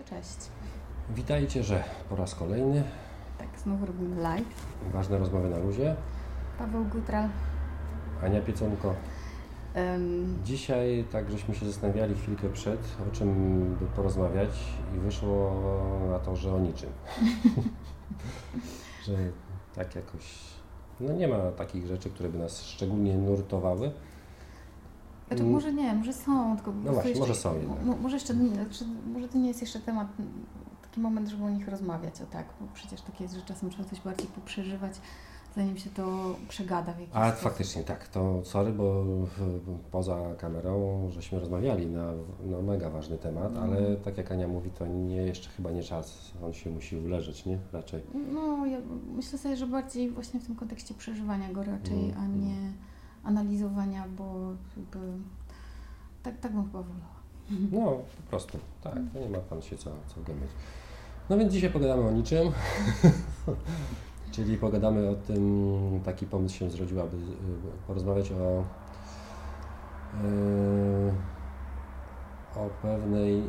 Cześć. Witajcie, że po raz kolejny. Tak, znowu robimy live. Ważne rozmowy na luzie. Paweł Gutral. Ania Pieconko. Dzisiaj tak żeśmy się zastanawiali chwilkę przed, o czym by porozmawiać i wyszło na to, że o niczym. Że tak jakoś, no nie ma takich rzeczy, które by nas szczególnie nurtowały. Znaczy, może nie, może są, tylko no właśnie, jeszcze, może są jednak. Może to nie jest jeszcze temat, taki moment, żeby o nich rozmawiać, o tak, bo przecież takie jest, że czasem trzeba coś bardziej poprzeżywać, zanim się to przegada w jakiś sposób. Faktycznie tak, to sorry, bo poza kamerą żeśmy rozmawiali na mega ważny temat, ale tak jak Ania mówi, to jeszcze chyba nie czas, on się musi uleżeć, nie? Raczej. No, ja myślę sobie, że bardziej właśnie w tym kontekście przeżywania go raczej, a nie analizowania, bo jakby tak bym chyba wolała. No, po prostu, tak, to nie ma Pan się co gębać. No więc dzisiaj pogadamy o niczym. Czyli pogadamy o tym, taki pomysł się zrodził, aby porozmawiać o pewnej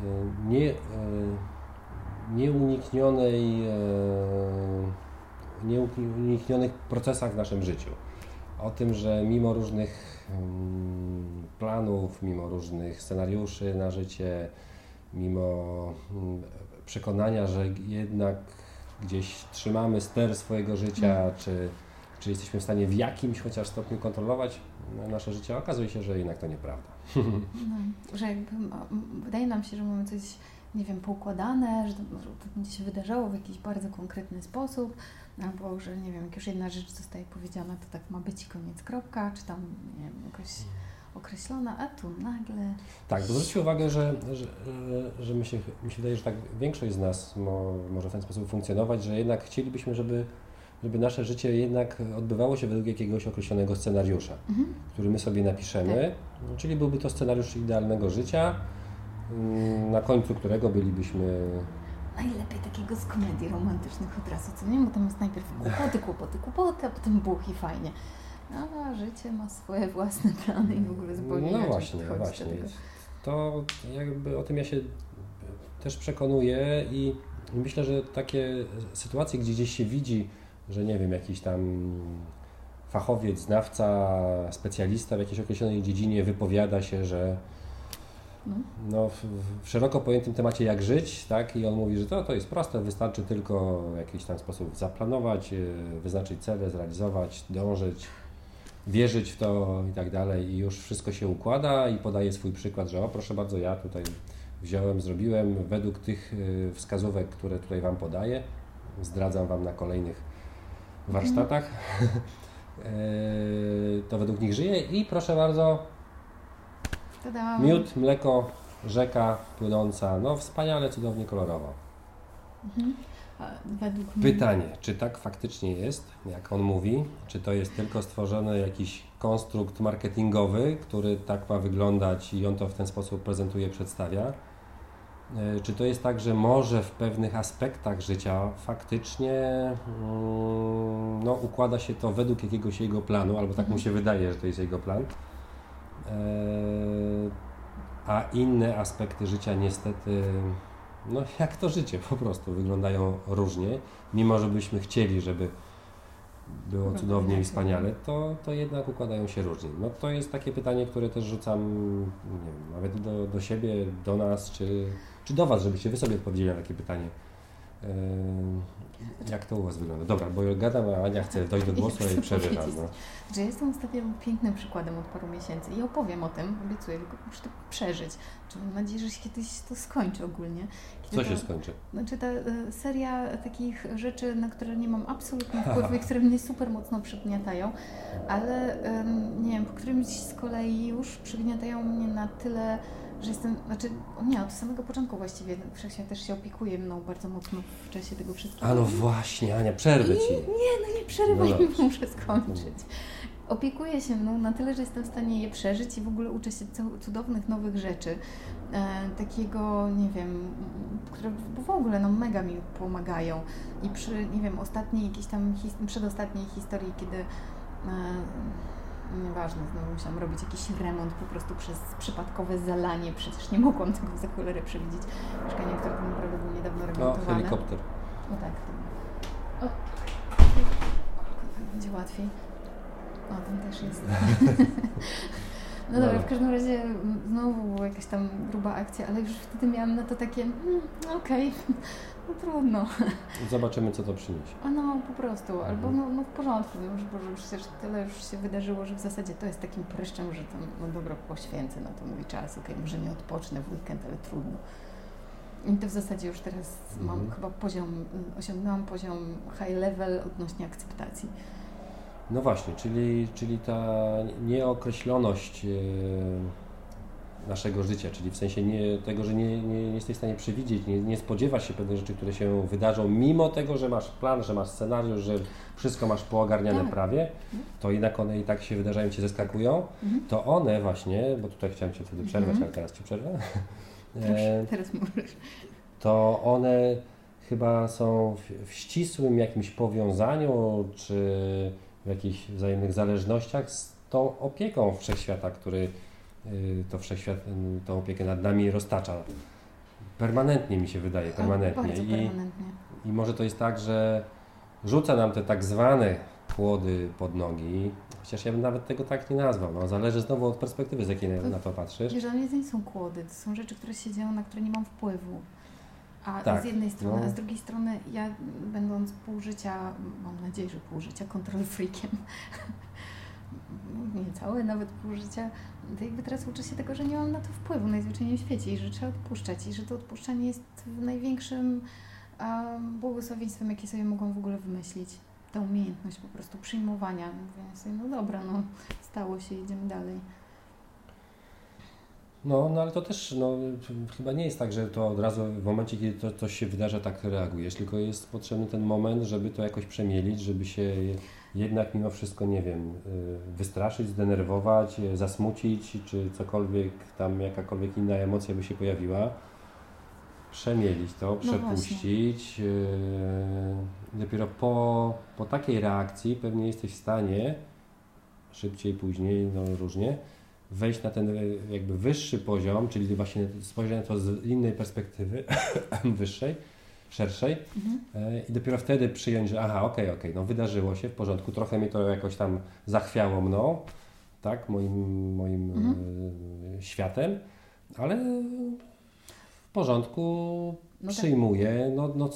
nieuniknionych procesach w naszym życiu. O tym, że mimo różnych planów, mimo różnych scenariuszy na życie, mimo przekonania, że jednak gdzieś trzymamy ster swojego życia, czy jesteśmy w stanie w jakimś chociaż stopniu kontrolować nasze życie, okazuje się, że jednak to nieprawda. No, że jakby wydaje nam się, że mamy coś, nie wiem, poukładane, że to będzie się wydarzało w jakiś bardzo konkretny sposób, albo że, nie wiem, jak już jedna rzecz zostaje powiedziana, to tak ma być i koniec, kropka, czy tam, nie wiem, jakoś określona, a tu nagle... Tak, bo zwróćcie uwagę, że mi się wydaje, że tak większość z nas może w ten sposób funkcjonować, że jednak chcielibyśmy, żeby nasze życie jednak odbywało się według jakiegoś określonego scenariusza, który my sobie napiszemy, czyli byłby to scenariusz idealnego życia, na końcu którego bylibyśmy... Najlepiej takiego z komedii romantycznych od razu, co nie? Bo tam jest najpierw kłopoty, a potem buch i fajnie. A życie ma swoje własne plany i w ogóle zupełnie No właśnie. To jakby o tym ja się też przekonuję i myślę, że takie sytuacje, gdzie gdzieś się widzi, że nie wiem, jakiś tam fachowiec, znawca, specjalista w jakiejś określonej dziedzinie wypowiada się, że w szeroko pojętym temacie jak żyć, tak? I on mówi, że to jest proste, wystarczy tylko w jakiś tam sposób zaplanować, wyznaczyć cele, zrealizować, dążyć, wierzyć w to i tak dalej i już wszystko się układa i podaje swój przykład, że proszę bardzo, ja tutaj wziąłem, zrobiłem według tych wskazówek, które tutaj Wam podaję, zdradzam Wam na kolejnych warsztatach, to według nich żyję i proszę bardzo, miód, mleko, rzeka płynąca, wspaniale, cudownie, kolorowo. Pytanie, czy tak faktycznie jest, jak on mówi, czy to jest tylko stworzony jakiś konstrukt marketingowy, który tak ma wyglądać i on to w ten sposób prezentuje, przedstawia, czy to jest tak, że może w pewnych aspektach życia faktycznie układa się to według jakiegoś jego planu, albo tak mu się wydaje, że to jest jego plan, a inne aspekty życia niestety, jak to życie po prostu, wyglądają różnie, mimo że byśmy chcieli, żeby było cudownie i wspaniale, to jednak układają się różnie. To jest takie pytanie, które też rzucam, nie wiem, nawet do siebie, do nas, czy do Was, żebyście Wy sobie odpowiedzieli na takie pytanie. Jak to u Was wygląda? Dobra, bo gadam, a Ania chce dojść do głosu i przerywam. Że jestem ostatnio pięknym przykładem od paru miesięcy i opowiem o tym, obiecuję, tylko muszę to przeżyć. Mam nadzieję, że się kiedyś to skończy ogólnie. Co się skończy? Znaczy ta seria takich rzeczy, na które nie mam absolutnie wpływu i które mnie super mocno przygniatają, ale nie wiem, po którymś z kolei już przygniatają mnie na tyle, że jestem, od samego początku właściwie Wszechświat też się opiekuje mną bardzo mocno w czasie tego wszystkiego. A właśnie, Ania, przerwę Ci. Nie przerywaj mi, muszę skończyć. Opiekuje się mną na tyle, że jestem w stanie je przeżyć i w ogóle uczę się cudownych nowych rzeczy. Takiego, nie wiem, które w ogóle mega mi pomagają. I przy, nie wiem, ostatniej jakiejś tam, przedostatniej historii, kiedy nieważne, znowu musiałam robić jakiś remont po prostu przez przypadkowe zalanie, przecież nie mogłam tego za cholerę przewidzieć. Mieszkanie, które tak naprawdę było niedawno remontowane. O, helikopter. No tak. O, będzie łatwiej. O, tam też jest. No dobra, w każdym razie znowu była jakaś tam gruba akcja, ale już wtedy miałam na to takie, okej, no trudno. Zobaczymy, co to przyniesie. No po prostu, albo no w porządku, bo przecież tyle już się wydarzyło, że w zasadzie to jest takim pryszczem, że tam, no dobra, poświęcę na to mój czas, może nie odpocznę w weekend, ale trudno. I to w zasadzie już teraz mam chyba osiągnęłam poziom high level odnośnie akceptacji. No właśnie, czyli ta nieokreśloność naszego życia, czyli w sensie tego, że nie jesteś w stanie przewidzieć, nie spodziewasz się pewnych rzeczy, które się wydarzą, mimo tego, że masz plan, że masz scenariusz, że wszystko masz poogarniane prawie, to jednak one i tak się wydarzają, Cię zaskakują, to one właśnie, bo tutaj chciałem Cię wtedy przerwać, ale teraz Ci przerwę. Teraz możesz. To one chyba są w ścisłym jakimś powiązaniu, czy w jakichś wzajemnych zależnościach z tą opieką Wszechświata, który tą opiekę nad nami roztacza. Permanentnie mi się wydaje, permanentnie. Bardzo permanentnie. I może to jest tak, że rzuca nam te tak zwane kłody pod nogi, chociaż ja bym nawet tego tak nie nazwał. No, zależy znowu od perspektywy, z jakiej na to patrzysz. Wiesz, ale nie są kłody, to są rzeczy, które się dzieją, na które nie mam wpływu. A tak, z jednej strony, a z drugiej strony ja, będąc pół życia, mam nadzieję, że pół życia control freakiem, nie całe, nawet pół życia, to jakby teraz uczę się tego, że nie mam na to wpływu najzwyczajniej w świecie i że trzeba odpuszczać i że to odpuszczanie jest największym błogosławieństwem, jakie sobie mogą w ogóle wymyślić. Ta umiejętność po prostu przyjmowania, mówienia sobie, no dobra, no stało się, idziemy dalej. No ale to też chyba nie jest tak, że to od razu w momencie, kiedy coś się wydarza, tak reagujesz, tylko jest potrzebny ten moment, żeby to jakoś przemielić, żeby się jednak mimo wszystko, nie wiem, wystraszyć, zdenerwować, zasmucić, czy cokolwiek tam, jakakolwiek inna emocja by się pojawiła. Przemielić to, przepuścić. Dopiero po takiej reakcji pewnie jesteś w stanie, szybciej, później, różnie, wejść na ten jakby wyższy poziom, czyli właśnie spojrzeć na to z innej perspektywy, wyższej, szerszej i dopiero wtedy przyjąć, że okej, wydarzyło się, w porządku, trochę mnie to jakoś tam zachwiało mną, tak, moim światem, ale w porządku, przyjmuję,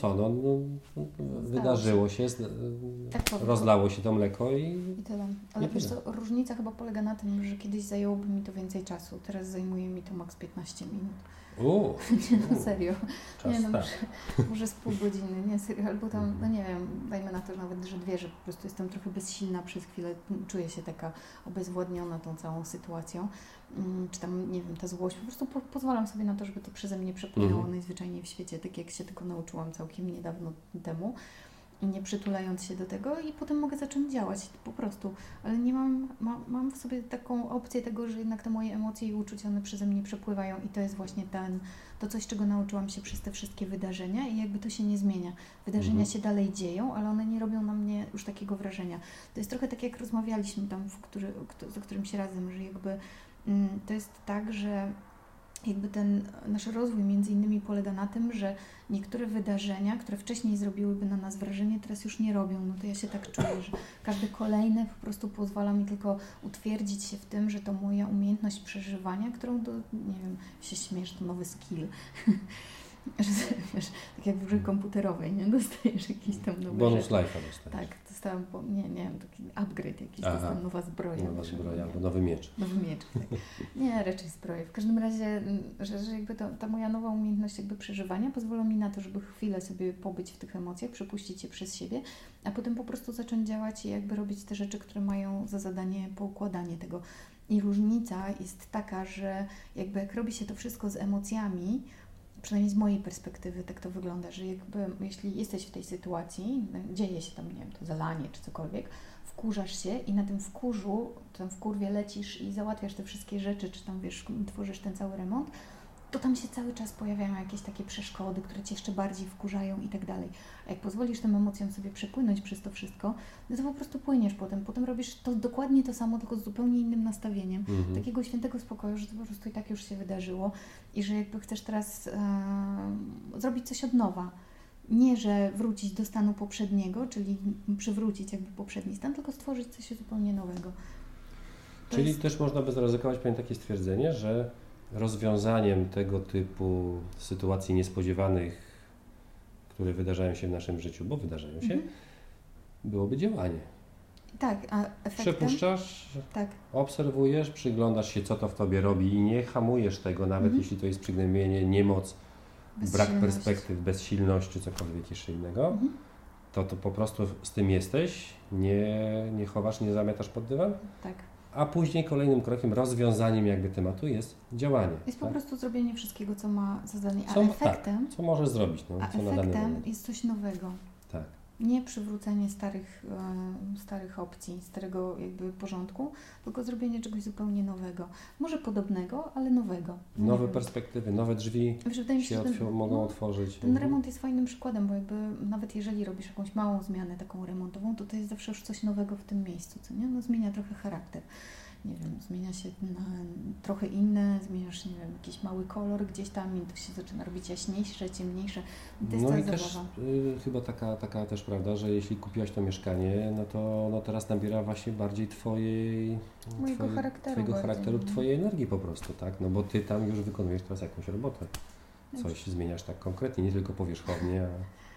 wydarzyło się, rozlało się to mleko i tyle. Ale wiesz co, różnica chyba polega na tym, że kiedyś zajęłoby mi to więcej czasu, teraz zajmuje mi to maks 15 minut. Nie, serio. Może z pół godziny, nie, serio, albo tam, nie wiem, dajmy na to nawet, że 2, że po prostu jestem trochę bezsilna przez chwilę, czuję się taka obezwładniona tą całą sytuacją, czy tam, nie wiem, ta złość, po prostu pozwalam sobie na to, żeby to przeze mnie przepłynęło najzwyczajniej w świecie, tak jak się tego nauczyłam całkiem niedawno temu, nie przytulając się do tego i potem mogę zacząć działać po prostu, ale nie mam w sobie taką opcję tego, że jednak te moje emocje i uczucia, one przeze mnie przepływają i to jest właśnie to coś, czego nauczyłam się przez te wszystkie wydarzenia i jakby to się nie zmienia. Wydarzenia się dalej dzieją, ale one nie robią na mnie już takiego wrażenia. To jest trochę tak, jak rozmawialiśmy tam z którymś razem, że jakby to jest tak, że jakby ten nasz rozwój między innymi polega na tym, że niektóre wydarzenia, które wcześniej zrobiłyby na nas wrażenie, teraz już nie robią. No to ja się tak czuję, że każde kolejne po prostu pozwala mi tylko utwierdzić się w tym, że to moja umiejętność przeżywania, którą nie wiem, się śmiesz, to nowy skill. Że wiesz, tak jak w grze komputerowej, nie? Dostajesz jakiś tam nowy bonus life'a dostajesz. Tak, dostałam, nie wiem, taki upgrade jakiś, dostałam nowa zbroja. Nowa zbroja albo nowy miecz. Nowy miecz, tak. Nie, raczej zbroję. W każdym razie, że jakby ta moja nowa umiejętność jakby przeżywania pozwala mi na to, żeby chwilę sobie pobyć w tych emocjach, przepuścić je przez siebie, a potem po prostu zacząć działać i jakby robić te rzeczy, które mają za zadanie poukładanie tego. I różnica jest taka, że jakby jak robi się to wszystko z emocjami, przynajmniej z mojej perspektywy tak to wygląda, że jakby jeśli jesteś w tej sytuacji, dzieje się tam, nie wiem, to zalanie czy cokolwiek, wkurzasz się i na tym wkurwie lecisz i załatwiasz te wszystkie rzeczy, czy tam, wiesz, tworzysz ten cały remont, to tam się cały czas pojawiają jakieś takie przeszkody, które Cię jeszcze bardziej wkurzają i tak dalej. A jak pozwolisz tym emocjom sobie przepłynąć przez to wszystko, no to po prostu płyniesz potem. Potem robisz to dokładnie to samo, tylko z zupełnie innym nastawieniem. Takiego świętego spokoju, że to po prostu i tak już się wydarzyło i że jakby chcesz teraz zrobić coś od nowa. Nie, że wrócić do stanu poprzedniego, czyli przywrócić jakby poprzedni stan, tylko stworzyć coś zupełnie nowego. Czyli też można by zaryzykować pewnie takie stwierdzenie, że rozwiązaniem tego typu sytuacji niespodziewanych, które wydarzają się w naszym życiu, bo wydarzają się, byłoby działanie. Tak, a efektem... Przepuszczasz, tak. Obserwujesz, przyglądasz się, co to w Tobie robi i nie hamujesz tego, nawet jeśli to jest przygnębienie, niemoc, brak perspektyw, bezsilność czy cokolwiek jeszcze innego, to po prostu z tym jesteś, nie chowasz, nie zamiatasz pod dywan. Tak. A później kolejnym krokiem, rozwiązaniem jakby tematu jest działanie. Jest po prostu zrobienie wszystkiego, co ma za zadanie. A efektem, co możesz zrobić, a co na dany moment. jest coś nowego. Tak. Nie przywrócenie starych opcji, starego jakby porządku, tylko zrobienie czegoś zupełnie nowego. Może podobnego, ale nowego. Nowe perspektywy, nowe drzwi się mogą otworzyć. Ten remont jest fajnym przykładem, bo jakby nawet jeżeli robisz jakąś małą zmianę taką remontową, to jest zawsze już coś nowego w tym miejscu, co nie? No zmienia trochę charakter. Nie wiem, zmienia się na trochę inne, zmieniasz, nie wiem, jakiś mały kolor gdzieś tam i to się zaczyna robić jaśniejsze, ciemniejsze. I to jest cała zabawa. Chyba taka też prawda, że jeśli kupiłaś to mieszkanie, no to teraz nabiera właśnie bardziej Twojego charakteru, Twojej energii po prostu, tak? No bo Ty tam już wykonujesz teraz jakąś robotę. Coś zmieniasz tak konkretnie, nie tylko powierzchownie,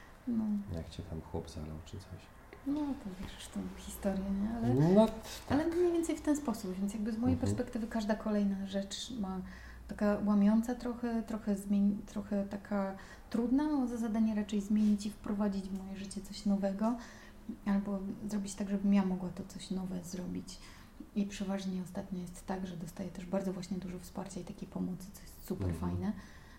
a jak Cię tam chłop zalał czy coś. No to wiesz, tą historię, nie? Ale mniej więcej w ten sposób, więc jakby z mojej perspektywy każda kolejna rzecz ma taka łamiąca trochę taka trudna, ma za zadanie raczej zmienić i wprowadzić w moje życie coś nowego, albo zrobić tak, żebym ja mogła to coś nowe zrobić. I przeważnie ostatnio jest tak, że dostaję też bardzo właśnie dużo wsparcia i takiej pomocy, co jest super fajne.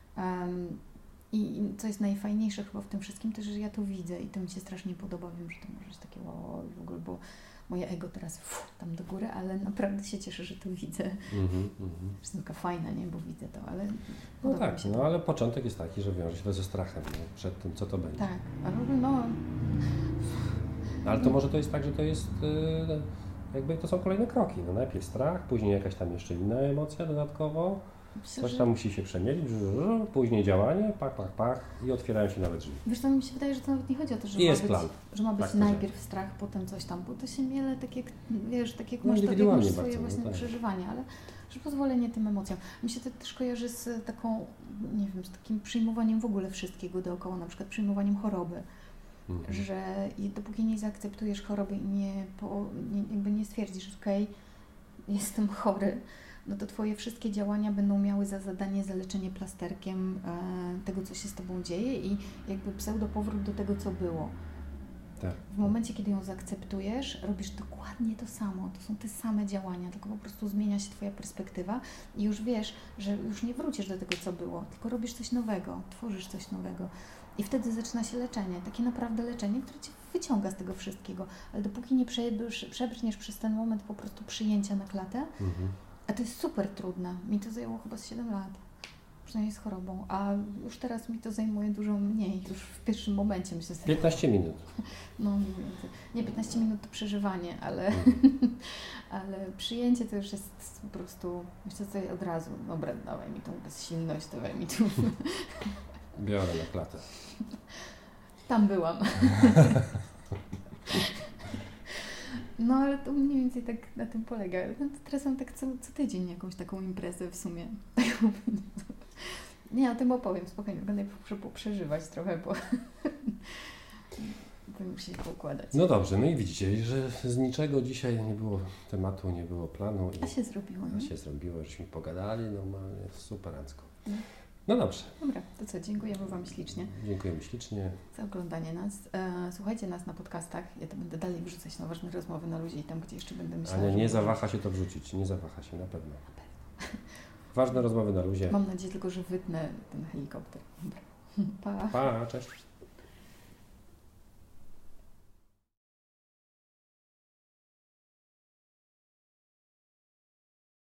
I co jest najfajniejsze chyba w tym wszystkim, to że ja to widzę i to mi się strasznie podoba. Wiem, że to może być takie wow, w ogóle, bo moje ego teraz tam do góry, ale naprawdę się cieszę, że to widzę. Że jest taka fajna, nie? Bo widzę to, ale no tak, no ale początek jest taki, że wiąże się to ze strachem przed tym, co to będzie. Tak, ale ale to może to jest tak, że to jest jakby to są kolejne kroki. No najpierw strach, później jakaś tam jeszcze inna emocja dodatkowo. Coś tam musi się przemielić, później działanie, pach i otwierają się nowe drzwi. Wiesz co, mi się wydaje, że to nawet nie chodzi o to, że ma być najpierw strach, potem coś tam, bo to się miele tak jak, wiesz, tak jak masz swoje właśnie przeżywania, ale że pozwolenie tym emocjom. Mi się to też kojarzy z taką, nie wiem, z takim przyjmowaniem w ogóle wszystkiego dookoła, na przykład przyjmowaniem choroby. Że dopóki nie zaakceptujesz choroby i jakby nie stwierdzisz, że okej, jestem chory, no to Twoje wszystkie działania będą miały za zadanie zaleczenie plasterkiem tego, co się z Tobą dzieje i jakby pseudopowrót do tego, co było. Tak. W momencie, kiedy ją zaakceptujesz, robisz dokładnie to samo. To są te same działania, tylko po prostu zmienia się Twoja perspektywa i już wiesz, że już nie wrócisz do tego, co było, tylko robisz coś nowego, tworzysz coś nowego. I wtedy zaczyna się leczenie, takie naprawdę leczenie, które Cię wyciąga z tego wszystkiego. Ale dopóki nie przebrniesz przez ten moment po prostu przyjęcia na klatę, a to jest super trudne. Mi to zajęło chyba z 7 lat, przynajmniej z chorobą, a już teraz mi to zajmuje dużo mniej, już w pierwszym momencie myślę sobie. 15 minut. No nie 15 minut to przeżywanie, ale przyjęcie to już jest po prostu, myślę sobie od razu, dobra, dawaj mi tą bezsilność, dawaj mi tu. Biorę na klatę. Tam byłam. No ale to mniej więcej tak na tym polega. Teraz mam tak co tydzień jakąś taką imprezę w sumie. Nie, o tym opowiem spokojnie, będę przeżywać trochę, bo musi się poukładać. No dobrze, no i widzicie, że z niczego dzisiaj nie było tematu, nie było planu. A się zrobiło. A się zrobiło, żeśmy pogadali, normalnie superancko. No dobrze. Dobra, to co, dziękujemy Wam ślicznie. Dziękujemy ślicznie. Za oglądanie nas. Słuchajcie nas na podcastach. Ja to będę dalej wrzucać na ważne rozmowy na luzie i tam, gdzie jeszcze będę myślała. Ale nie zawaha się to wrzucić, nie zawaha się, na pewno. Ważne rozmowy na luzie. Mam nadzieję tylko, że wytnę ten helikopter. Dobra. Pa. Pa, cześć.